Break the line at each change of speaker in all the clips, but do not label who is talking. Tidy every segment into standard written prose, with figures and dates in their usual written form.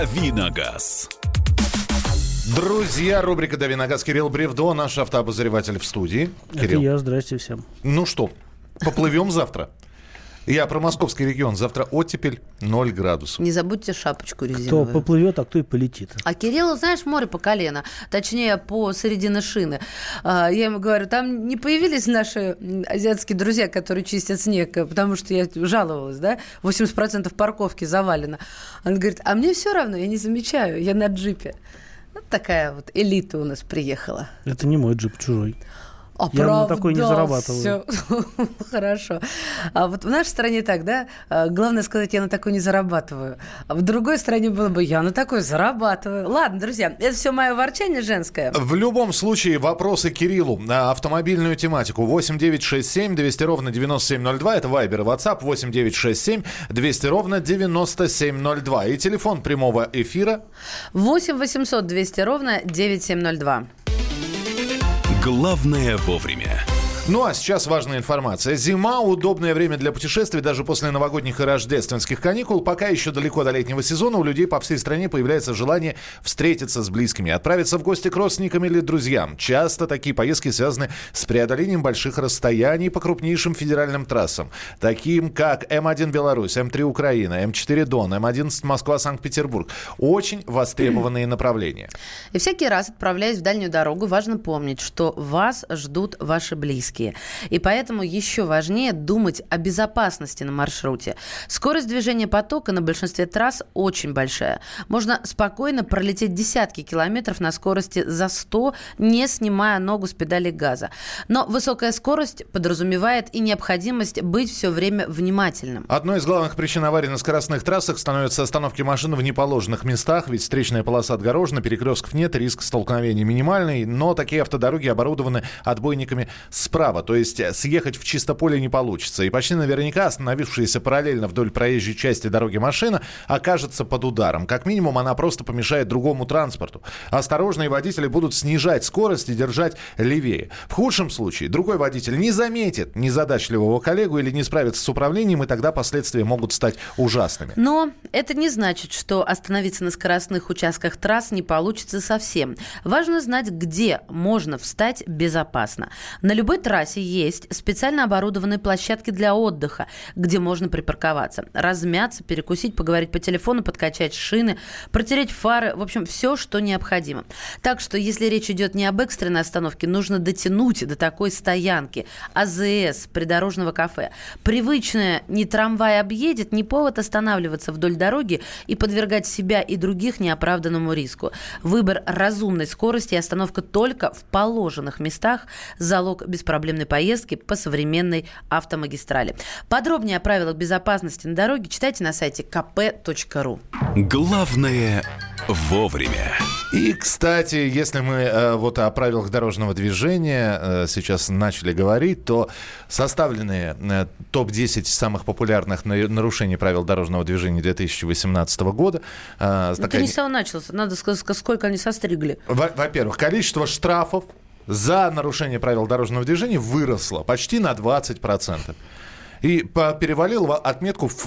Давиногаз.
Друзья, рубрика «Дави на газ». Кирилл Бревдо, наш автообозреватель в студии.
Это
Кирилл.
я, здрасте всем.
Ну что, поплывем завтра? Я про московский регион. Завтра оттепель 0 градусов.
Не забудьте шапочку резиновую.
Кто поплывет, а кто и полетит.
А Кириллу, знаешь, море по колено. Точнее, по середине шины. Я ему говорю, там не появились наши азиатские друзья, которые чистят снег, потому что я жаловалась, да? 80% парковки завалено. Он говорит, а мне все равно, я не замечаю, я на джипе. Вот такая вот элита у нас приехала.
Это не мой джип, чужой.
Я
на такой не зарабатываю.
Хорошо. А вот в нашей стране так, да? Главное сказать, я на такой не зарабатываю. А в другой стране было бы, я на такой зарабатываю. Ладно, друзья, это все мое ворчание женское.
В любом случае, вопросы Кириллу на автомобильную тематику. 8-967-200-97-02. Это Вайбер и WhatsApp. 8-967-200-97-02. И телефон прямого эфира.
8-800-200-97-02.
Главное вовремя.
Ну а сейчас важная информация. Зима – удобное время для путешествий даже после новогодних и рождественских каникул. Пока еще далеко до летнего сезона, у людей по всей стране появляется желание встретиться с близкими, отправиться в гости к родственникам или друзьям. Часто такие поездки связаны с преодолением больших расстояний по крупнейшим федеральным трассам, таким как М1 Беларусь, М3 Украина, М4 Дон, М11 Москва, Санкт-Петербург. Очень востребованные направления.
И всякий раз, отправляясь в дальнюю дорогу, важно помнить, что вас ждут ваши близкие. И поэтому еще важнее думать о безопасности на маршруте. Скорость движения потока на большинстве трасс очень большая. Можно спокойно пролететь десятки километров на скорости за 100, не снимая ногу с педали газа. Но высокая скорость подразумевает и необходимость быть все время внимательным.
Одной из главных причин аварий на скоростных трассах становятся остановки машин в неположенных местах, ведь встречная полоса отгорожена, перекрестков нет, риск столкновений минимальный, но такие автодороги оборудованы отбойниками справа. То есть съехать в чисто поле не получится. И почти наверняка остановившаяся параллельно вдоль проезжей части дороги машина окажется под ударом. Как минимум, она просто помешает другому транспорту. Осторожные водители будут снижать скорость и держать левее. В худшем случае другой водитель не заметит незадачливого коллегу или не справится с управлением, и тогда последствия могут стать ужасными.
Но это не значит, что остановиться на скоростных участках трасс не получится совсем. Важно знать, где можно встать безопасно. На любой трассе есть специально оборудованные площадки для отдыха, где можно припарковаться, размяться, перекусить, поговорить по телефону, подкачать шины, протереть фары, в общем, все, что необходимо. Так что, если речь идет не об экстренной остановке, нужно дотянуть до такой стоянки, АЗС, придорожного кафе. Привычное «не трамвай объедет» не повод останавливаться вдоль дороги и подвергать себя и других неоправданному риску. Выбор разумной скорости и остановка только в положенных местах – залог беспроблемной поездки по современной автомагистрали. Подробнее о правилах безопасности на дороге читайте на сайте kp.ru.
Главное вовремя.
И, кстати, если мы вот о правилах дорожного движения сейчас начали говорить, то составленные топ-10 самых популярных нарушений правил дорожного движения 2018 года.
Ты не с того начался. Надо сказать, сколько они состригли.
Во-первых, количество штрафов за нарушение правил дорожного движения выросло почти на 20%. И перевалило отметку в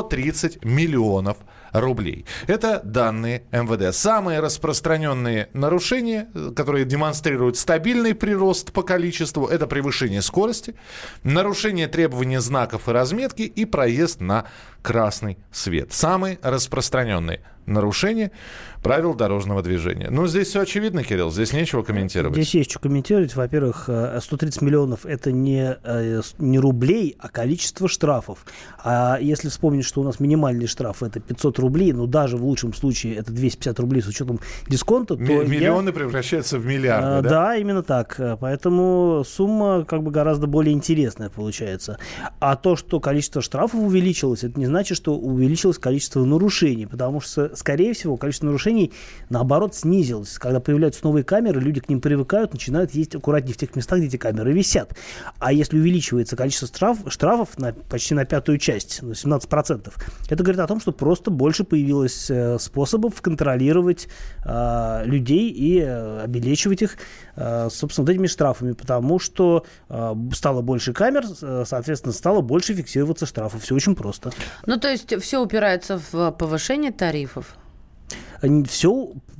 130 миллионов рублей. Это данные МВД. Самые распространенные нарушения, которые демонстрируют стабильный прирост по количеству, это превышение скорости, нарушение требований знаков и разметки и проезд на красный свет. Самые распространенные нарушения правил дорожного движения. Ну, здесь все очевидно, Кирилл, здесь нечего комментировать.
Здесь есть что комментировать. Во-первых, 130 миллионов – это не рублей, а количество штрафов. А если вспомнить, что у нас минимальный штраф – это 500 рублей, ну, даже в лучшем случае это 250 рублей с учетом дисконта, то
миллионы превращаются в миллиарды, да?
Да, именно так. Поэтому сумма как бы гораздо более интересная получается. А то, что количество штрафов увеличилось, это не значит, что увеличилось количество нарушений, потому что, скорее всего, количество нарушений, наоборот, снизилось. Когда появляются новые камеры, люди к ним привыкают, начинают ездить аккуратнее в тех местах, где эти камеры висят. А если увеличивается количество штрафов почти на 1/5 часть, на 17%, это говорит о том, что просто больше появилось способов контролировать людей и обелечивать их, собственно, вот этими штрафами, потому что стало больше камер, соответственно, стало больше фиксироваться штрафов. Все очень просто.
Ну, то есть все упирается в повышение тарифов?
Все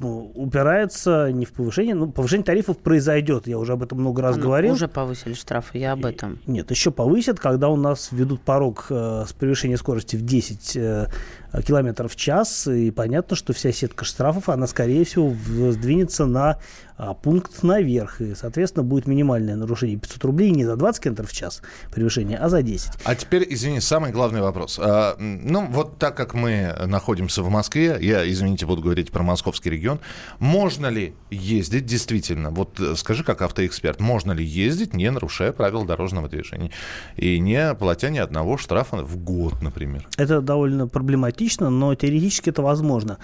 упирается не в повышение. Повышение тарифов произойдет. Я уже об этом много раз говорил.
Уже повысили штрафы, я об этом.
Нет, еще повысят, когда у нас введут порог с превышения скорости в 10 километров в час. И понятно, что вся сетка штрафов, она, скорее всего, сдвинется на пункт наверх. И, соответственно, будет минимальное нарушение 500 рублей не за 20 километров в час превышения, а за 10.
А теперь, извини, самый главный вопрос. Вот так как мы находимся в Москве, я, извините, буду говорить про московский регион, можно ли ездить действительно, вот скажи как автоэксперт, можно ли ездить, не нарушая правила дорожного движения и не платя ни одного штрафа в год, например?
Это довольно проблематично, но теоретически это возможно.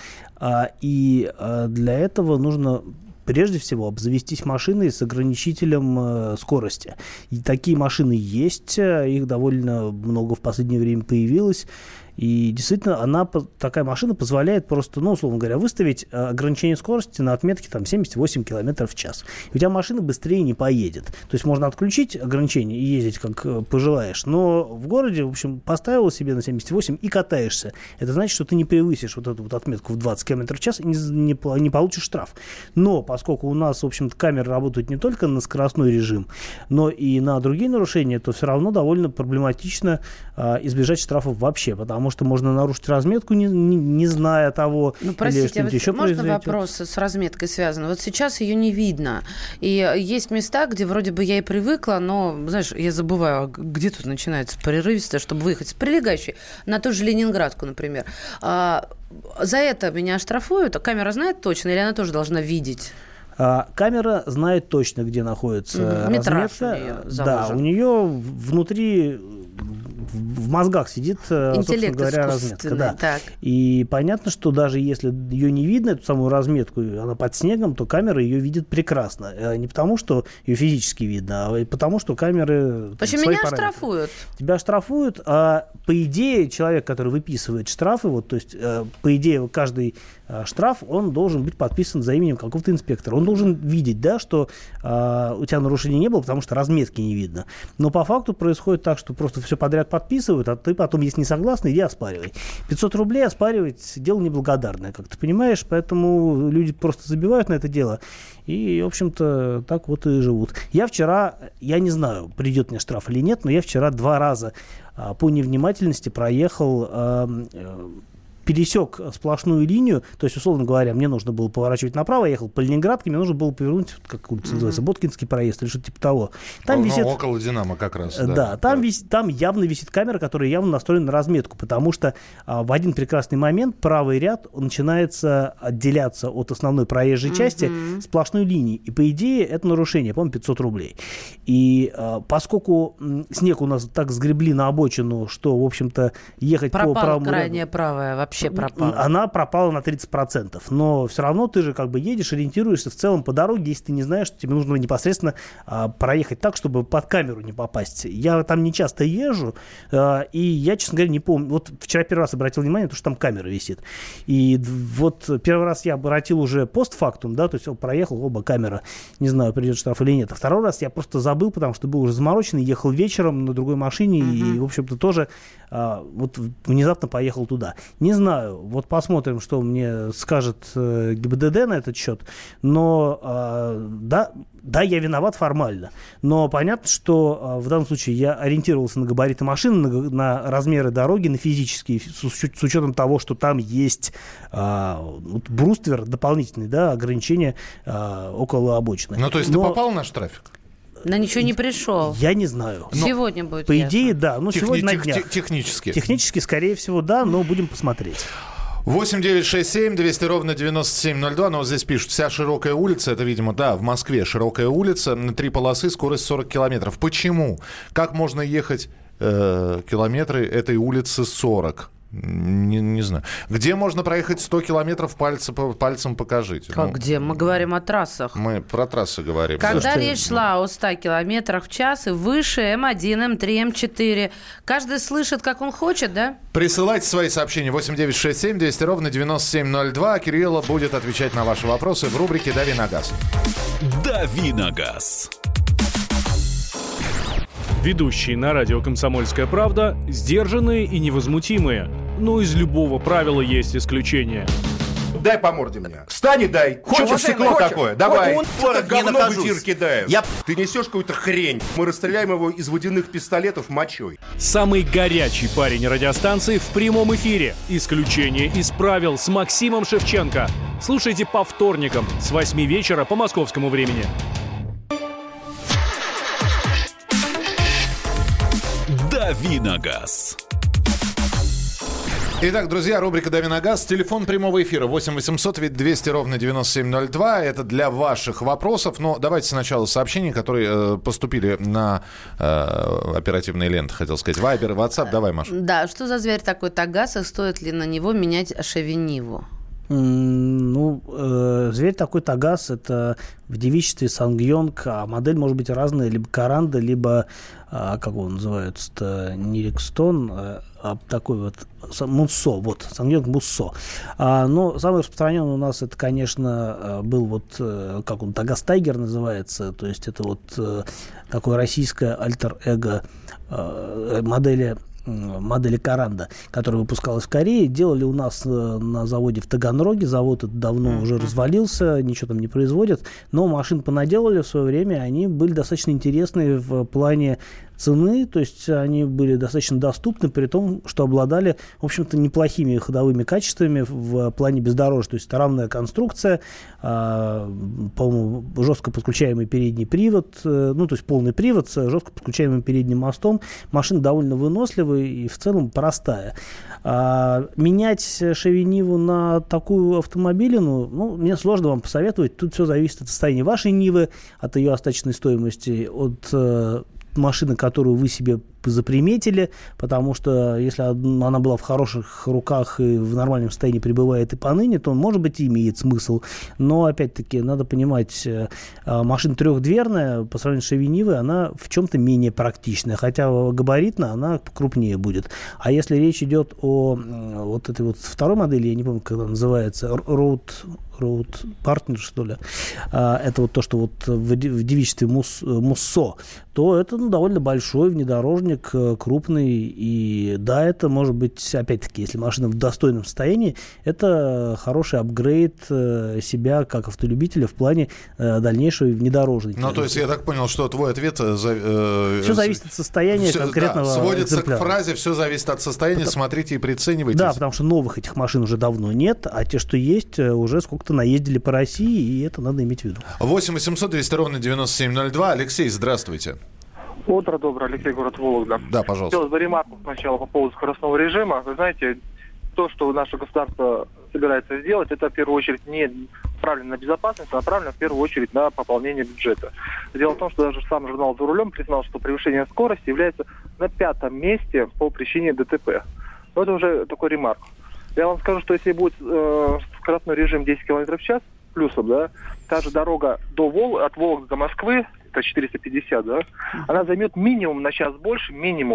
И для этого нужно прежде всего обзавестись машиной с ограничителем скорости. И такие машины есть, их довольно много в последнее время появилось. И действительно, такая машина позволяет просто, условно говоря, выставить ограничение скорости на отметке 78 км в час. И у тебя машина быстрее не поедет. То есть можно отключить ограничение и ездить как пожелаешь. Но в городе, в общем, поставил себе на 78 и катаешься. Это значит, что ты не превысишь вот эту вот отметку в 20 км в час и не получишь штраф. Но поскольку у нас, в общем-то, камеры работают не только на скоростной режим, но и на другие нарушения, то все равно довольно проблематично избежать штрафов вообще, потому что можно нарушить разметку, не зная того,
простите,
или что-нибудь еще
можно
произойдет.
вопрос с разметкой связан? Вот сейчас ее не видно. И есть места, где вроде бы я и привыкла, но, знаешь, я забываю, где тут начинается прерывистое, чтобы выехать с прилегающей на ту же Ленинградку, например. За это меня штрафуют? Камера знает точно или она тоже должна видеть?
Камера знает точно, где находится разметка. Да, у нее внутри, в мозгах сидит, собственно говоря, разметка. Да.
Так.
И понятно, что даже если ее не видно, эту самую разметку, она под снегом, то камера ее видит прекрасно. Не потому, что ее физически видно, а потому, что камеры...
В общем, меня штрафуют.
Тебя штрафуют, а по идее человек, который выписывает штрафы, то есть по идее каждый штраф, он должен быть подписан за именем какого-то инспектора. Он должен видеть, да, что у тебя нарушений не было, потому что разметки не видно. Но по факту происходит так, что просто все подряд подписывают, а ты потом, если не согласен, иди оспаривай. 500 рублей оспаривать дело неблагодарное, как ты понимаешь, поэтому люди просто забивают на это дело и, в общем-то, так вот и живут. Я не знаю, придет мне штраф или нет, но я вчера 2 раза по невнимательности проехал... пересек сплошную линию, то есть, условно говоря, мне нужно было поворачивать направо, я ехал по Ленинградке, мне нужно было повернуть, как улица называется, Боткинский проезд или что-то типа того. Там висит...
Около «Динамо» как раз.
Да, там явно висит камера, которая явно настроена на разметку, потому что в один прекрасный момент правый ряд начинается отделяться от основной проезжей части сплошной линии, и, по идее, это нарушение, по-моему, 500 рублей. И поскольку снег у нас так сгребли на обочину, что, в общем-то, ехать по правому
крайняя
ряду...
правая вообще пропала.
Она пропала на 30%. Но все равно ты же как бы едешь, ориентируешься в целом по дороге, если ты не знаешь, что тебе нужно непосредственно проехать так, чтобы под камеру не попасть. Я там не часто езжу, и я, честно говоря, не помню. Вот вчера первый раз обратил внимание, что там камера висит. И вот первый раз я обратил уже постфактум, да, то есть проехал, камера, не знаю, придет штраф или нет. А второй раз я просто забыл, потому что был уже замороченный, ехал вечером на другой машине и, в общем-то, тоже вот внезапно поехал туда. Не знаю, вот посмотрим, что мне скажет ГИБДД на этот счет, но да, я виноват формально, но понятно, что в данном случае я ориентировался на габариты машины, на размеры дороги, на физические, с учетом того, что там есть бруствер дополнительный, да, ограничение около обочины.
Ну, то есть ты попал на штрафик?
На ничего не пришел.
Я не знаю.
Сегодня будет.
По идее, да. Сегодня на днях.
Технически.
Технически, скорее всего, да, но будем посмотреть.
8-967-200-97-02. Но вот здесь пишут, вся широкая улица, это, видимо, да, в Москве широкая улица, на 3 полосы, скорость 40 километров. Почему? Как можно ехать километры этой улицы 40? Не знаю. Где можно проехать 100 километров, пальцем покажите.
Где? Мы говорим о трассах.
Мы про трассы говорим.
Когда речь шла о 100 километрах в час и выше М1, М3, М4, каждый слышит, как он хочет, да?
Присылайте свои сообщения 8-967-200-97-02. Кирилл будет отвечать на ваши вопросы в рубрике «Дави на газ».
«Дави на газ».
Ведущие на радио «Комсомольская правда» сдержанные и невозмутимые. Но из любого правила есть исключение.
Дай по морде мне. Встань и дай. Хочешь стекло такое? Давай. Это говно в эфир кидаем. Ты несешь какую-то хрень. Мы расстреляем его из водяных пистолетов мочой.
Самый горячий парень радиостанции в прямом эфире. Исключение из правил с Максимом Шевченко. Слушайте по вторникам с 8 вечера по московскому времени.
Давиногаз.
Итак, друзья, рубрика «Дави на газ». Телефон прямого эфира 8 800 200 ровно 9702. Это для ваших вопросов. Но давайте сначала сообщения, которые поступили на оперативные ленты, хотел сказать. Вайбер, WhatsApp. Давай, Маша.
Да, что за зверь такой Тагас, и стоит ли на него менять Шевиниву?
Зверь такой Тагас, это в девичестве Сангьонг, а модель может быть разная, либо Каранда, либо, как он называется-то, не Рикстон, а такой вот Муссо, вот, Сангьонг Муссо. Но самый распространенный у нас это, конечно, был вот, как он, Тагас Тайгер называется, то есть это вот такое российское альтер-эго модели Каранда, которая выпускалась в Корее, делали у нас на заводе в Таганроге. Завод этот давно уже развалился, ничего там не производят, но машин понаделали в свое время, они были достаточно интересные в плане цены, то есть они были достаточно доступны, при том, что обладали, в общем-то, неплохими ходовыми качествами в плане бездорожья. То есть это равная конструкция, по-моему, жестко подключаемый передний привод, то есть полный привод с жестко подключаемым передним мостом. Машина довольно выносливая и в целом простая. Менять Шевиниву на такую автомобилину, мне сложно вам посоветовать. Тут все зависит от состояния вашей Нивы, от ее остаточной стоимости, от машины, которую вы себе заприметили, потому что если она была в хороших руках и в нормальном состоянии пребывает и поныне, то, может быть, имеет смысл. Но, опять-таки, надо понимать, машина трехдверная, по сравнению с Шевинивой, она в чем-то менее практичная, хотя габаритно она крупнее будет. А если речь идет о вот этой вот второй модели, я не помню, как она называется, Road Partner, что ли, это вот то, что вот в девичестве Муссо, то это довольно большой внедорожник, крупный, и да, это может быть, опять-таки, если машина в достойном состоянии, это хороший апгрейд себя как автолюбителя в плане дальнейшего внедорожника.
То есть я так понял, что твой ответ...
Все зависит от состояния конкретного
сводится
экземпляра.
к фразе «все зависит от состояния, смотрите и приценивайтесь».
Да, потому что новых этих машин уже давно нет, а те, что есть, уже сколько-то наездили по России, и это надо иметь в виду.
8 800 200 ровно 9702. Алексей, здравствуйте.
Утро доброе, Алексей, город Вологда.
Да, пожалуйста.
Хотелось бы ремарку сначала по поводу скоростного режима. Вы знаете, то, что наше государство собирается сделать, это в первую очередь не направлено на безопасность, а направлено в первую очередь на пополнение бюджета. Дело в том, что даже сам журнал «За рулем» признал, что превышение скорости является на 5-м месте по причине ДТП. Но это уже такой ремарк. Я вам скажу, что если будет скоростной режим 10 км в час, плюсом, да, та же дорога от Вологды до Москвы, это 450, да, она займет минимум на час больше.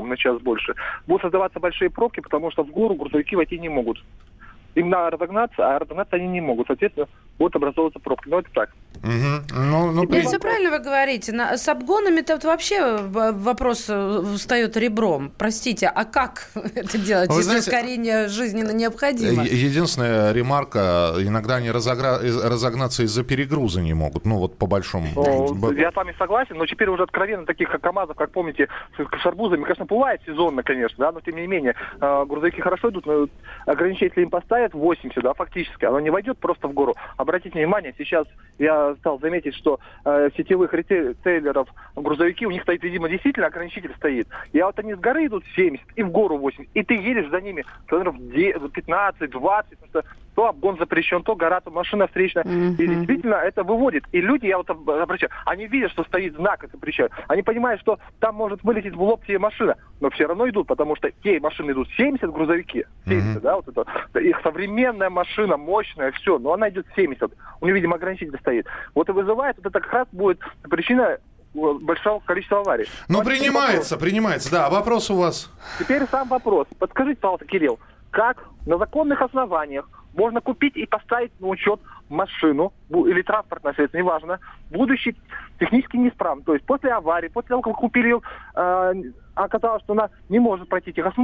Будут создаваться большие пробки, потому что в гору грузовики войти не могут. Им надо разогнаться, а разогнаться они не могут. Соответственно, будут образовываться пробки. Но это так.
Нет, все правильно вы говорите. С обгонами-то вообще вопрос встает ребром. Простите, а как это делать, если ускорение жизненно необходимо?
Единственная ремарка, иногда они разогнаться из-за перегруза не могут. По большому.
Я с вами согласен, но теперь уже откровенно таких КамАЗов, как помните, с арбузами, конечно, бывает сезонно, конечно, да, но тем не менее, грузовики хорошо идут, но ограничители им поставят 80, да, фактически, оно не войдет просто в гору. Обратите внимание, сейчас я стал заметить, что сетевых ритейлеров грузовики, у них стоит, видимо, действительно ограничитель стоит. И вот они с горы идут 70, и в гору 80, и ты едешь за ними километров 15, 20, потому что то обгон запрещен, то гора, то машина встречная. И действительно это выводит. И люди, я вот обращаю, они видят, что стоит знак, это запрещают. Они понимают, что там может вылететь в лоб тебе машина, но все равно идут, потому что те машины идут 70, грузовики, 70, да, вот это. Их современная машина, мощная, все, но она идет 70. У нее, видимо, ограничитель стоит. Вот и вызывает, вот это как раз будет причина большого количества аварий.
Принимается, да. А вопрос у вас?
Теперь сам вопрос. Подскажите, пожалуйста, Кирилл, как на законных основаниях можно купить и поставить на учет машину или транспортное средство, неважно, будучи технически неисправным. То есть после аварии, после того, как купили ее, оказалось, что она не может пройти техосмотр,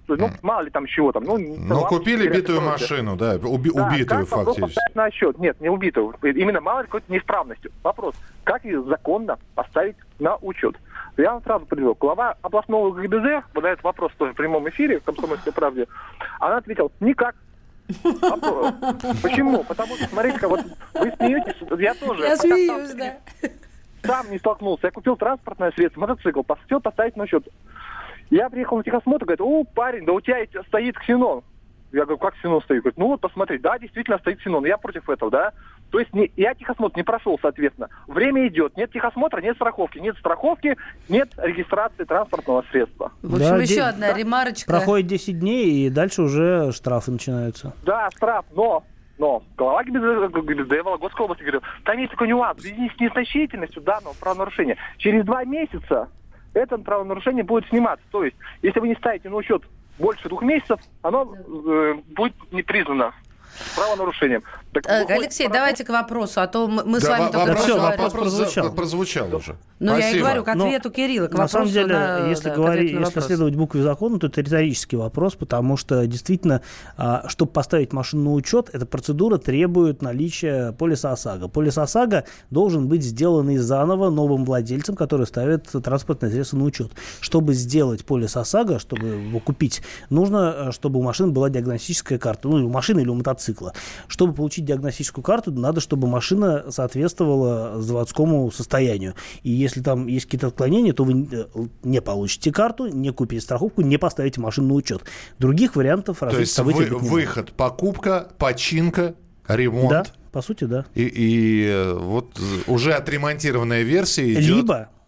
То есть, мало ли там чего там.
Купили битую машину, да, убитую фактически.
На счет? Нет, не убитую. Именно мало ли какой-то неисправностью. Вопрос, как ее законно поставить на учет? Я вам сразу привел. Глава областного ГИБДД, вот на этот вопрос тоже в прямом эфире, в «Комсомольской правде», она ответила, никак. Почему? Потому что, смотрите-ка, вот вы смеетесь, я тоже.
Я смеюсь, да.
Сам не столкнулся. Я купил транспортное средство, мотоцикл, хотел поставить на счет. Я приехал на техосмотр, говорит, парень, да у тебя стоит ксенон. Я говорю, как ксенон стоит? Говорит, посмотри, да, действительно стоит ксенон. Я против этого, да. То есть я техосмотр не прошел, соответственно. Время идет. Нет техосмотра, нет страховки. Нет страховки, нет регистрации транспортного средства.
В общем, еще одна ремарочка.
Проходит 10 дней, и дальше уже штрафы начинаются.
Да, штраф, но глава ГИБДД Вологодской области говорил, там есть такой нюанс, с незначительностью данного правонарушения. Через 2 месяца это правонарушение будет сниматься. То есть, если вы не ставите на учет больше 2 месяцев, оно будет не признано правонарушением.
Алексей, давайте к вопросу, а то мы с вами только
вопрос прозвучал уже.
Я и говорю, к ответу Кирилла, к вопросу.
На самом деле, если следовать букве закона, то это риторический вопрос, потому что действительно, чтобы поставить машину на учет, эта процедура требует наличия полиса ОСАГО. Полис ОСАГО должен быть сделанный заново новым владельцем, который ставит транспортное средство на учет. Чтобы сделать полис ОСАГО, чтобы его купить, нужно, чтобы у машины была диагностическая карта, у машины или у мотоцикла. Чтобы получить диагностическую карту, надо, чтобы машина соответствовала заводскому состоянию. И если там есть какие-то отклонения, то вы не получите карту, не купите страховку, не поставите машину на учет. Других вариантов развития событий быть не
выход,
может.
Покупка, починка, ремонт.
Да, по сути, да.
И вот уже отремонтированная версия идет...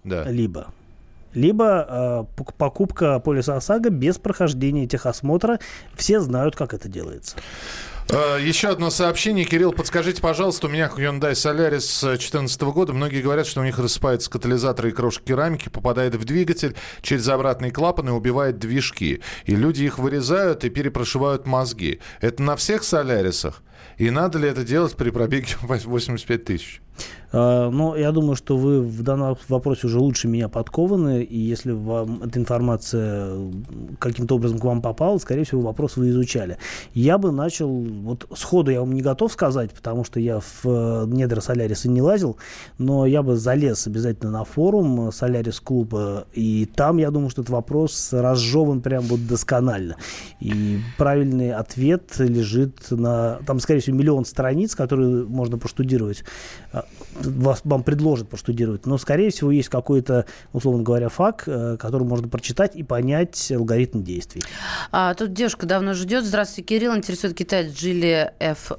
Либо покупка полиса ОСАГО без прохождения техосмотра. Все знают, как это делается.
Еще одно сообщение. Кирилл, подскажите, пожалуйста, у меня Hyundai Solaris 2014 года. Многие говорят, что у них рассыпаются катализаторы и крошки керамики, попадает в двигатель через обратный клапан и убивает движки. И люди их вырезают и перепрошивают мозги. Это на всех Солярисах? И надо ли это делать при пробеге 85 тысяч?
Я думаю, что вы в данном вопросе уже лучше меня подкованы, и если вам эта информация каким-то образом к вам попала, скорее всего, вопрос вы изучали. Я бы начал, вот сходу я вам не готов сказать, потому что я в недра Соляриса не лазил, но я бы залез обязательно на форум Солярис клуба, и там, я думаю, что этот вопрос разжеван прям вот досконально. И правильный ответ лежит на, там, скорее всего, 1 миллион страниц, которые можно проштудировать, вам предложат проштудировать, но, скорее всего, есть какой-то, условно говоря, факт, который можно прочитать и понять алгоритм действий.
Тут девушка давно ждет. Здравствуйте, Кирилл. Интересует китаец Geely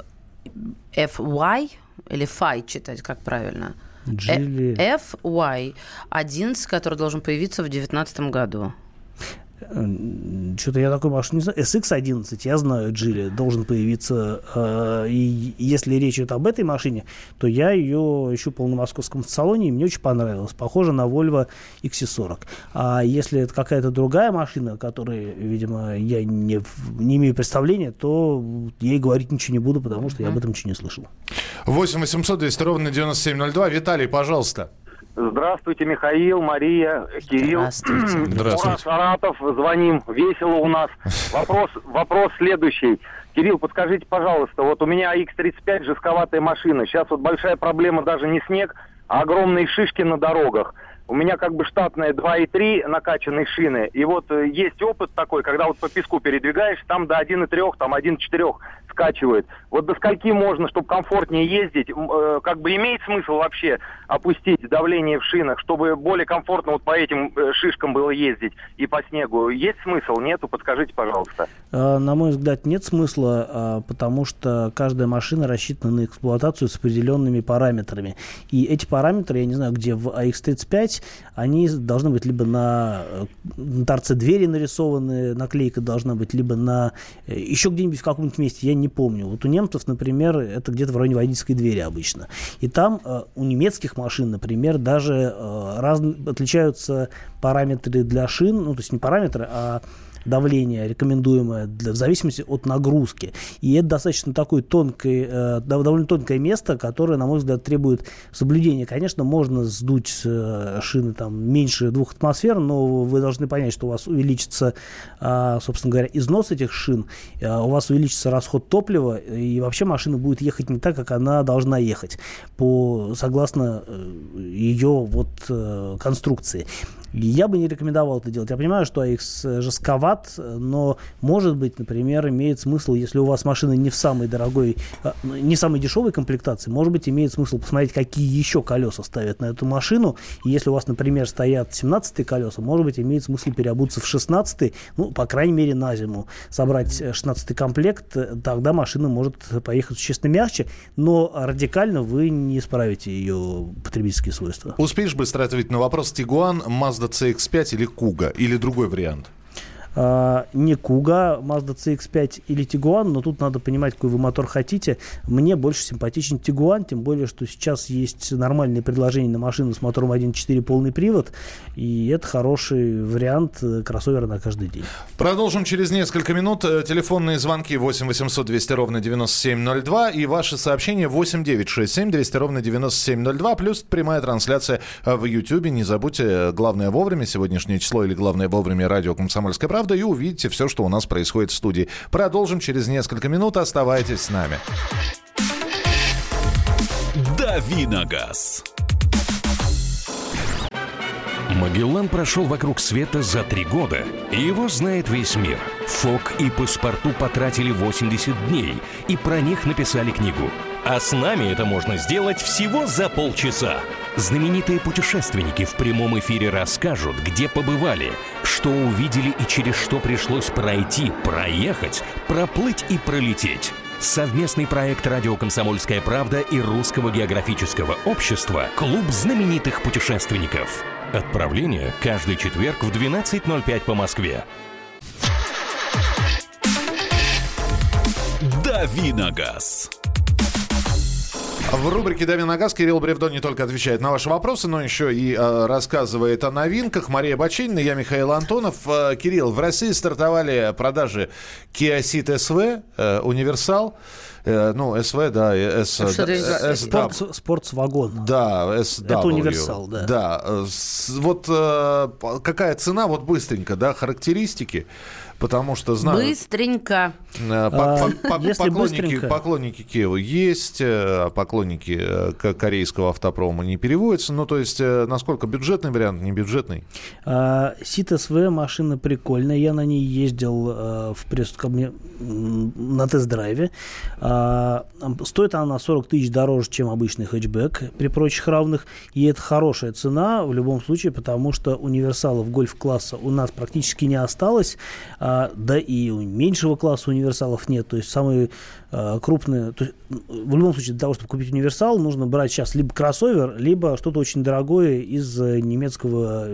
FY или FY читать, как правильно? FY 11, который должен появиться в 2019 году.
Что-то я такой машину не знаю. SX11, я знаю, Geely должен появиться. И если речь идет об этой машине, то я ее щупал на московском салоне, и мне очень понравилось. Похоже на Volvo XC40. А если это какая-то другая машина, о которой, видимо, я не имею представления, то я и говорить ничего не буду, потому что я об этом ничего не слышал.
8 800 200 ровно 9702. Виталий, пожалуйста.
Здравствуйте, Михаил, Мария, Кирилл.
Здравствуйте.
Ура, Саратов, звоним, весело у нас. Вопрос следующий. Кирилл, подскажите, пожалуйста, вот у меня X35, жестковатая машина. Сейчас вот большая проблема даже не снег, а огромные шишки на дорогах. У меня как бы штатная 2,3 накачанные шины. И вот есть опыт такой, когда вот по песку передвигаешь, там до 1,3, там 1,4 скачивает. Вот до скольки можно, чтобы комфортнее ездить? Как бы имеет смысл вообще опустить давление в шинах, чтобы более комфортно вот по этим шишкам было ездить и по снегу? Есть смысл? Нету? Подскажите, пожалуйста.
На мой взгляд, нет смысла, потому что каждая машина рассчитана на эксплуатацию с определенными параметрами. И эти параметры, я не знаю, где в AX35, они должны быть либо на торце двери нарисованы, наклейка должна быть, либо на еще где-нибудь в каком-нибудь месте, я не помню. Вот у немцев, например, это где-то в районе водительской двери обычно. И там у немецких машин, например, даже отличаются параметры для шин, ну, то есть не параметры, а давление рекомендуемое в зависимости от нагрузки. И это достаточно довольно тонкое место, которое, на мой взгляд, требует соблюдения. Конечно, можно сдуть шины меньше 2 атмосфер, но вы должны понять, что у вас увеличится, собственно говоря, износ этих шин, у вас увеличится расход топлива, и вообще машина будет ехать не так, как она должна ехать, согласно ее конструкции. Я бы не рекомендовал это делать. Я понимаю, что AX жестковат, но, может быть, например, имеет смысл, если у вас машина не в самой дорогой, не самой дешевой комплектации, может быть, имеет смысл посмотреть, какие еще колеса ставят на эту машину. И если у вас, например, стоят 17-е колеса, может быть, имеет смысл переобуться в 16-й, по крайней мере, на зиму. Собрать 16-й комплект, тогда машина может поехать существенно мягче, но радикально вы не исправите ее потребительские свойства.
Успеешь быстро ответить на вопрос: Tiguan, Mazda CX-5 или Kuga? Или другой вариант?
Не Kuga, Mazda CX-5 или Tiguan, но тут надо понимать, какой вы мотор хотите. Мне больше симпатичен Tiguan, тем более, что сейчас есть нормальные предложения на машину с мотором 1.4 полный привод, и это хороший вариант кроссовера на каждый день.
Продолжим через несколько минут. Телефонные звонки 8 800 200 ровно 9702 и ваши сообщения 8 967 200 ровно 9702, плюс прямая трансляция в YouTube. Не забудьте, главное вовремя, сегодняшнее число или главное вовремя радио «Комсомольская правда», и увидите все, что у нас происходит в студии. Продолжим через несколько минут. Оставайтесь с нами.
Давиногаз.
Магеллан прошел вокруг света за 3 года, и его знает весь мир. ФОК и Паспорту потратили 80 дней, и про них написали книгу. А с нами это можно сделать всего за полчаса. Знаменитые путешественники в прямом эфире расскажут, где побывали, что увидели и через что пришлось пройти, проехать, проплыть и пролететь. Совместный проект «Радио Комсомольская правда» и Русского географического общества «Клуб знаменитых путешественников». Отправление каждый четверг в 12:05 по Москве.
Давиногаз.
В рубрике «Дави на газ» Кирилл Бревдо не только отвечает на ваши вопросы, но еще и рассказывает о новинках. Мария Бачинина, я Михаил Антонов. Кирилл, в России стартовали продажи Kia Ceed SV, Универсал. СВ, да,
Спортсвагон.
Да, SW.
Это Универсал, да.
Да, какая цена, быстренько, да, характеристики, потому что знаю...
Быстренько.
Поклонники Киева есть, поклонники корейского автопрома не переводятся, то есть, насколько бюджетный вариант, не бюджетный?
Ceed SV машина прикольная, я на ней ездил ко мне на тест-драйве. Стоит она на 40 тысяч дороже, чем обычный хэтчбэк при прочих равных. И это хорошая цена в любом случае, потому что универсалов гольф-класса у нас практически не осталось. Да и меньшего класса универсалов нет. То есть самые крупные... То есть, в любом случае, для того, чтобы купить универсал, нужно брать сейчас либо кроссовер, либо что-то очень дорогое из немецкого,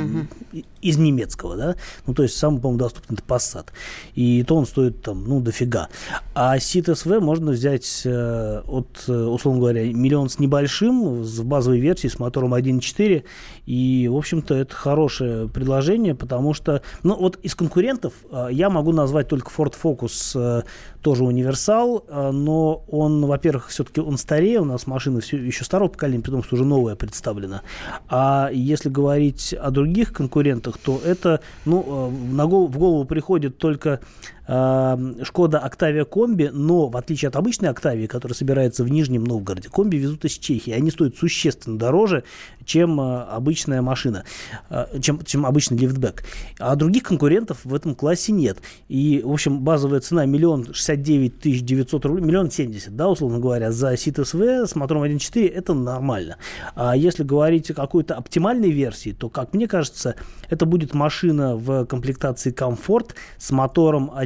да? То есть самый, по-моему, доступный это Passat. И то он стоит дофига. А Ceed SV можно взять от, условно говоря, 1 миллион с небольшим в базовой версии с мотором 1.4. И, в общем-то, это хорошее предложение, потому что, из конкурентов я могу назвать только Ford Focus, тоже универсал, но он, во-первых, все-таки он старее, у нас машина еще старого поколения, при том, что уже новая представлена. А если говорить о других конкурентах, то это, в голову приходит только Шкода Октавия Комби, но в отличие от обычной Октавии, которая собирается в Нижнем Новгороде, Комби везут из Чехии. Они стоят существенно дороже, чем обычная машина, чем обычный лифтбэк. А других конкурентов в этом классе нет. И, в общем, базовая цена 1 069 900 рублей, 1 070 000, да, условно говоря, за Ceed SV с мотором 1.4 это нормально. А если говорить о какой-то оптимальной версии, то, как мне кажется, это будет машина в комплектации комфорт с мотором 1.4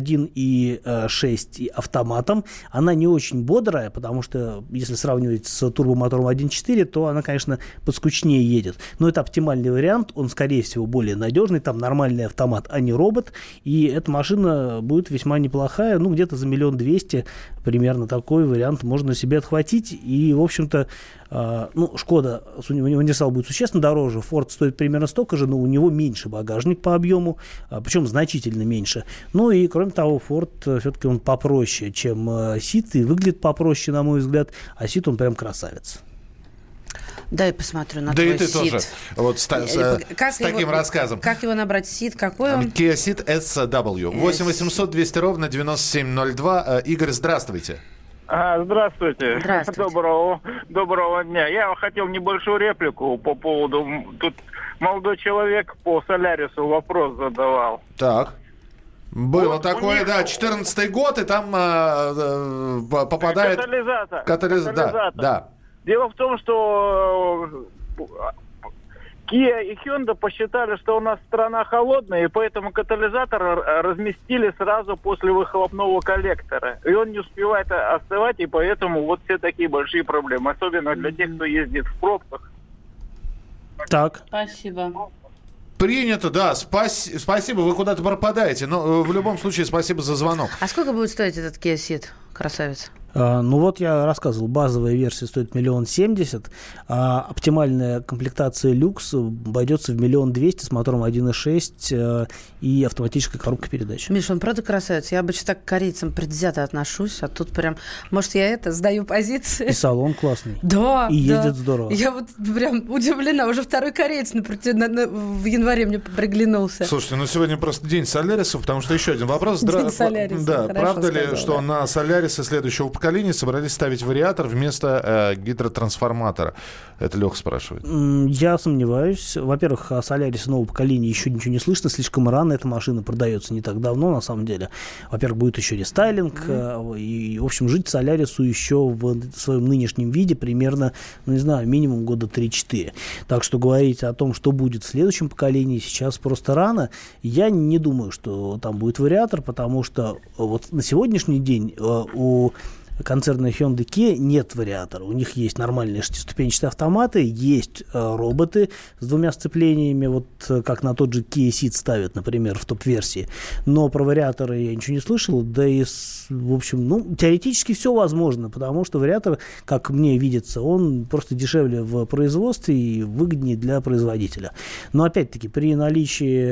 1.6 автоматом. Она не очень бодрая, потому что, если сравнивать с турбомотором 1.4, то она, конечно, поскучнее едет. Но это оптимальный вариант, он, скорее всего, более надежный. Там нормальный автомат, а не робот. И эта машина будет весьма неплохая. Ну, где-то за 1 200 000 примерно такой вариант можно себе отхватить. И, в общем-то, Шкода, универсал будет существенно дороже. Форд стоит примерно столько же, но у него меньше багажник по объему, причем значительно меньше. Ну и, кроме того, Форд все-таки он попроще, чем Сид, и выглядит попроще, на мой взгляд. А Сид, он прям красавец.
Дай посмотрю на
да
твой
и ты
Сид.
тоже. Вот с таким рассказом.
Как его набрать? Сид какой он?
Kia Ceed SW. 8 800 200 ровно 9702. Игорь, здравствуйте.
Здравствуйте.
Здравствуйте.
Доброго дня. Я хотел небольшую реплику по поводу... Тут молодой человек по Солярису вопрос задавал.
Так. Было такое, да, 14-й год, и там попадает...
Катализатор. Да. Дело в том, что Kia и Hyundai посчитали, что у нас страна холодная, и поэтому катализатор разместили сразу после выхлопного коллектора. И он не успевает остывать, и поэтому вот все такие большие проблемы. Особенно для тех, кто ездит в пробках.
Так.
Спасибо.
Принято, да. Спасибо, вы куда-то пропадаете. Но в любом случае спасибо за звонок.
А сколько будет стоить этот Kia Ceed, красавец?
Ну вот я рассказывал, базовая версия стоит 1 070 000, а оптимальная комплектация люкс обойдется в 1 200 000 с мотором 1.6 и автоматической коробкой передач.
Миша, он правда красавец. Я обычно так к корейцам предвзято отношусь, а тут прям, может, я сдаю позиции.
И салон классный.
Да,
и ездит здорово.
Я вот прям удивлена. Уже второй кореец в январе мне приглянулся.
Слушайте, сегодня просто день Солярисов, потому что еще один вопрос.
День Солярисов.
Да, правда ли, что на Солярисы следующего поколения собрались ставить вариатор вместо гидротрансформатора? Это Леха спрашивает.
Я сомневаюсь. Во-первых, о Солярисе нового поколения еще ничего не слышно. Слишком рано эта машина продается, не так давно, на самом деле. Во-первых, будет еще рестайлинг. И, в общем, жить Солярису еще в своем нынешнем виде примерно, минимум года 3-4. Так что говорить о том, что будет в следующем поколении, сейчас просто рано. Я не думаю, что там будет вариатор, потому что вот на сегодняшний день у концерна Hyundai Kia нет вариатора. У них есть нормальные шестиступенчатые автоматы, есть роботы с 2 сцеплениями, вот как на тот же Kia Ceed ставят, например, в топ-версии. Но про вариаторы я ничего не слышал, да и, в общем, теоретически все возможно, потому что вариатор, как мне видится, он просто дешевле в производстве и выгоднее для производителя. Но, опять-таки, при наличии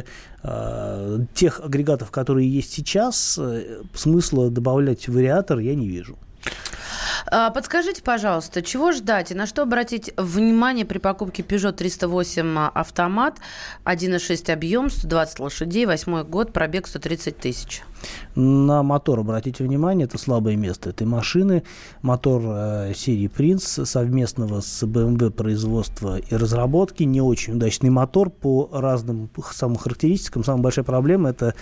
тех агрегатов, которые есть сейчас, смысла добавлять вариатор я не вижу.
Подскажите, пожалуйста, чего ждать и на что обратить внимание при покупке Peugeot 308 автомат, 1.6 объем, 120 лошадей, 8 год, пробег 130 000?
На мотор обратите внимание, это слабое место этой машины. Мотор серии Prince, совместного с BMW производства и разработки. Не очень удачный мотор по разным самым характеристикам. Самая большая проблема это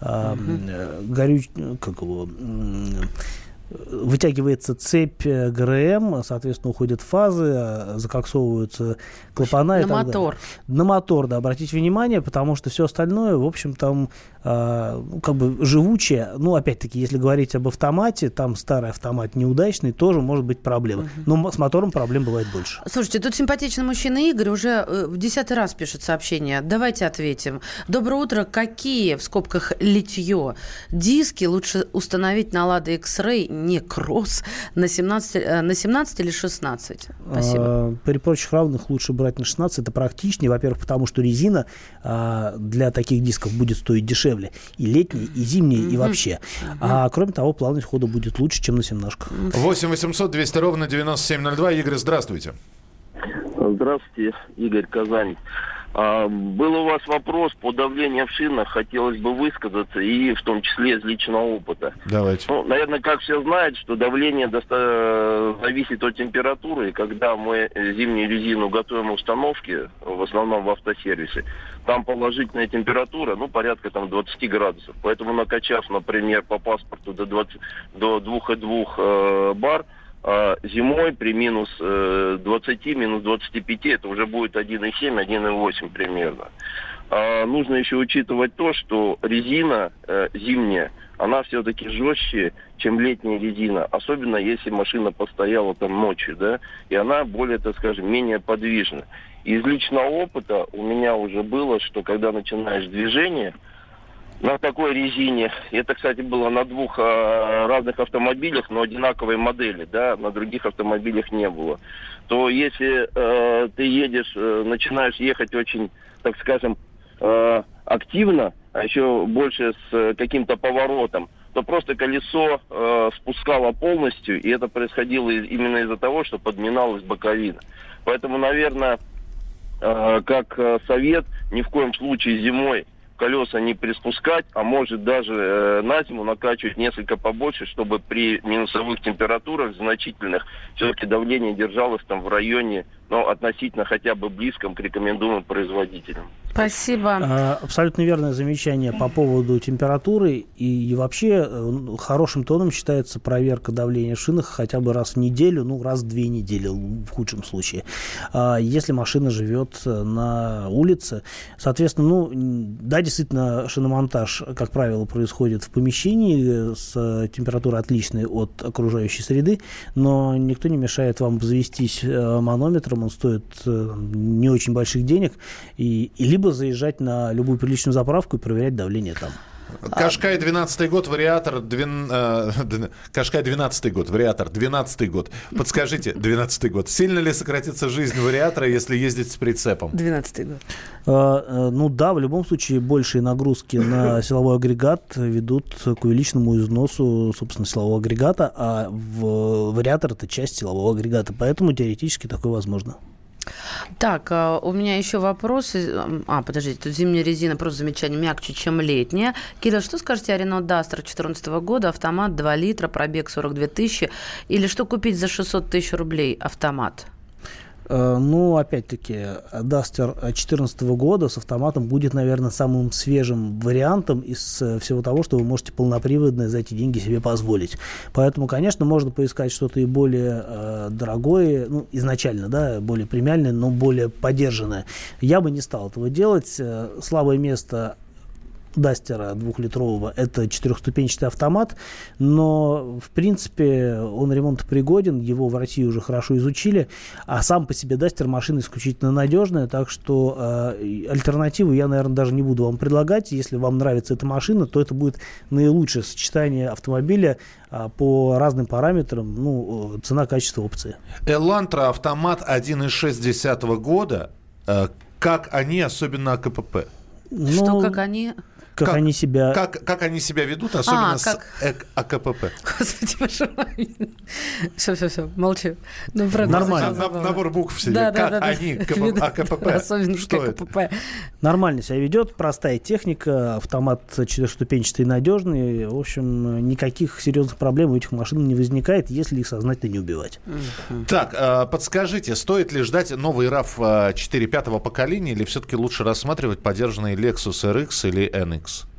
вытягивается цепь ГРМ, соответственно, уходят фазы, закоксовываются клапана.
На мотор.
На мотор, да, обратите внимание, потому что все остальное, в общем, там живучее. Опять-таки, если говорить об автомате, там старый автомат неудачный, тоже может быть проблема. Но с мотором проблем бывает больше.
Слушайте, тут симпатичный мужчина Игорь уже в 10-й раз пишет сообщение. Давайте ответим. Доброе утро. Какие, в скобках, литье диски лучше установить на Lada X-Ray, не Cross, на 17 или 16? Спасибо.
При прочих равных лучше брать на 16. Это практичнее. Во-первых, потому что резина для таких дисков будет стоить дешевле. И летние, и зимние, и вообще. А кроме того, плавность хода будет лучше, чем на 17-шках.
8 800 200 ровно 9702. Игорь, здравствуйте.
Здравствуйте, Игорь, Казань. Был у вас вопрос по давлению в шинах, хотелось бы высказаться, и в том числе из личного опыта.
Давайте.
Наверное, как все знают, что давление зависит от температуры, и когда мы зимнюю резину готовим установки, в основном в автосервисе, там положительная температура, порядка 20 градусов. Поэтому, накачав, например, по паспорту до 2,2 бар, зимой при минус 20, минус 25, это уже будет 1,7, 1,8 примерно. нужно еще учитывать то, что резина зимняя, она все-таки жестче, чем летняя резина. Особенно если машина постояла там ночью, да, и она более, так скажем, менее подвижна. Из личного опыта у меня уже было, что когда начинаешь движение на такой резине, это, кстати, было на 2 разных автомобилях, но одинаковой модели, да, на других автомобилях не было, то если ты едешь, начинаешь ехать очень, так скажем, активно, а еще больше с каким-то поворотом, то просто колесо спускало полностью, и это происходило именно из-за того, что подминалась боковина. Поэтому, наверное, как совет, ни в коем случае зимой колеса не приспускать, а может даже на зиму накачивать несколько побольше, чтобы при минусовых температурах значительных все-таки давление держалось там в районе, но относительно хотя бы близком к рекомендуемым производителям.
Спасибо.
Абсолютно верное замечание по поводу температуры. И вообще хорошим тоном считается проверка давления в шинах хотя бы раз в неделю, раз в 2 недели в худшем случае. Если машина живет на улице, соответственно, да, действительно, шиномонтаж, как правило, происходит в помещении с температурой отличной от окружающей среды, но никто не мешает вам обзавестись манометром, он стоит не очень больших денег, и либо заезжать на любую приличную заправку и проверять давление там.
Кашкай 12-й год, вариатор... Кашкай 12-й год, вариатор 12-й год. Подскажите, 12-й год. Сильно ли сократится жизнь вариатора, если ездить с прицепом?
12-й год.
Да, в любом случае большие нагрузки на силовой агрегат ведут к увеличенному износу, собственно, силового агрегата, а вариатор — это часть силового агрегата, поэтому теоретически такое возможно.
Так, у меня еще вопрос. Подождите, тут зимняя резина, просто замечание, мягче, чем летняя. Кирилл, что скажете о Renault Duster 2014 года, автомат, 2 литра, пробег 42 тысячи, или что купить за 600 тысяч рублей автомат?
Опять-таки, Duster 2014 года с автоматом будет, наверное, самым свежим вариантом из всего того, что вы можете полноприводно за эти деньги себе позволить. Поэтому, конечно, можно поискать что-то и более дорогое, изначально, да, более премиальное, но более подержанное. Я бы не стал этого делать. Слабое место Дастера 2-литрового — это 4-ступенчатый автомат, но, в принципе, он ремонтопригоден, его в России уже хорошо изучили, а сам по себе Дастер машина исключительно надежная, так что альтернативу я, наверное, даже не буду вам предлагать. Если вам нравится эта машина, то это будет наилучшее сочетание автомобиля по разным параметрам, цена, качество, опции.
Элантра автомат 1.6 года, как они, особенно АКПП?
Как они...
Как они себя
ведут, особенно с АКПП.
Господи, боже мой. Все, молчу.
Нормально. Набор букв себе. Как они, АКПП.
Особенно
что
АКПП.
Нормально себя ведет, простая техника, автомат 4-ступенчатый, надежный. В общем, никаких серьезных проблем у этих машин не возникает, если их сознательно не убивать.
Так, подскажите, стоит ли ждать новый RAV4 5-го поколения, или все-таки лучше рассматривать подержанный Lexus RX или NX?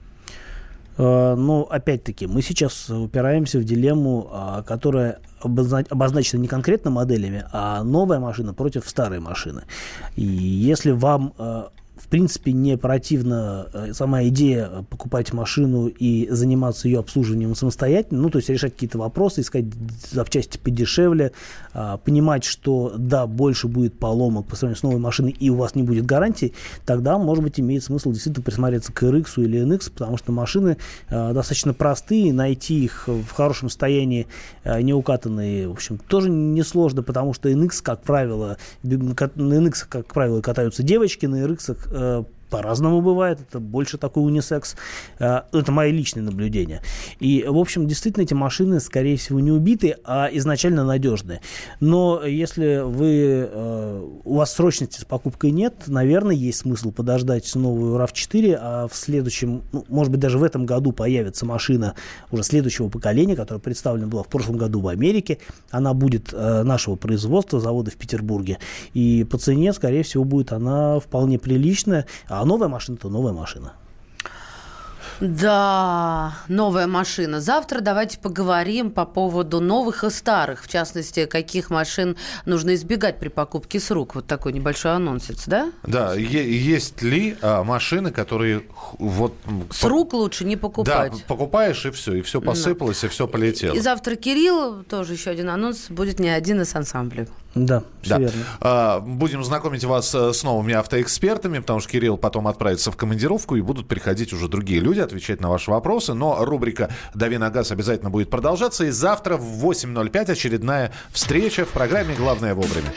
Опять-таки, мы сейчас упираемся в дилемму, которая обозначена не конкретно моделями, а новая машина против старой машины. И если вам в принципе не противна сама идея покупать машину и заниматься ее обслуживанием самостоятельно, то есть решать какие-то вопросы, искать запчасти подешевле, понимать, что да, больше будет поломок по сравнению с новой машиной и у вас не будет гарантии, тогда, может быть, имеет смысл действительно присмотреться к RX или NX, потому что машины достаточно простые, найти их в хорошем состоянии, неукатанные, в общем, тоже несложно, потому что NX, как правило, катаются девочки, на RX по-разному бывает, это больше такой унисекс. Это мои личные наблюдения. И, в общем, действительно, эти машины, скорее всего, не убиты, а изначально надежные. Но если у вас срочности с покупкой нет, наверное, есть смысл подождать новую RAV4, а в следующем, может быть, даже в этом году появится машина уже следующего поколения, которая представлена была в прошлом году в Америке. Она будет нашего производства, завода в Петербурге. И по цене, скорее всего, будет она вполне приличная. А новая машина — то новая машина.
Да, новая машина. Завтра давайте поговорим по поводу новых и старых. В частности, каких машин нужно избегать при покупке с рук. Вот такой небольшой анонсец, да?
Да, есть ли машины, которые...
С рук лучше не покупать.
Да, покупаешь, и все посыпалось, и все полетело.
И завтра Кирилл, тоже еще один анонс, будет не один, а с ансамблем.
Да, все верно.
Будем знакомить вас с новыми автоэкспертами, потому что Кирилл потом отправится в командировку, и будут приходить уже другие люди отвечать на ваши вопросы. Но рубрика «Дави на газ» обязательно будет продолжаться. И завтра в 8:05 очередная встреча в программе «Главное вовремя».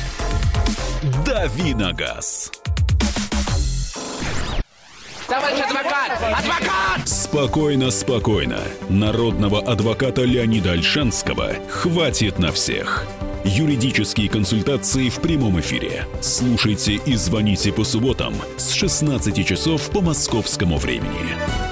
«Дави на газ».
Товарищ адвокат! Адвокат!
Спокойно, спокойно. Народного адвоката Леонида Ольшанского хватит на всех. Юридические консультации в прямом эфире. Слушайте и звоните по субботам с 16 часов по московскому времени.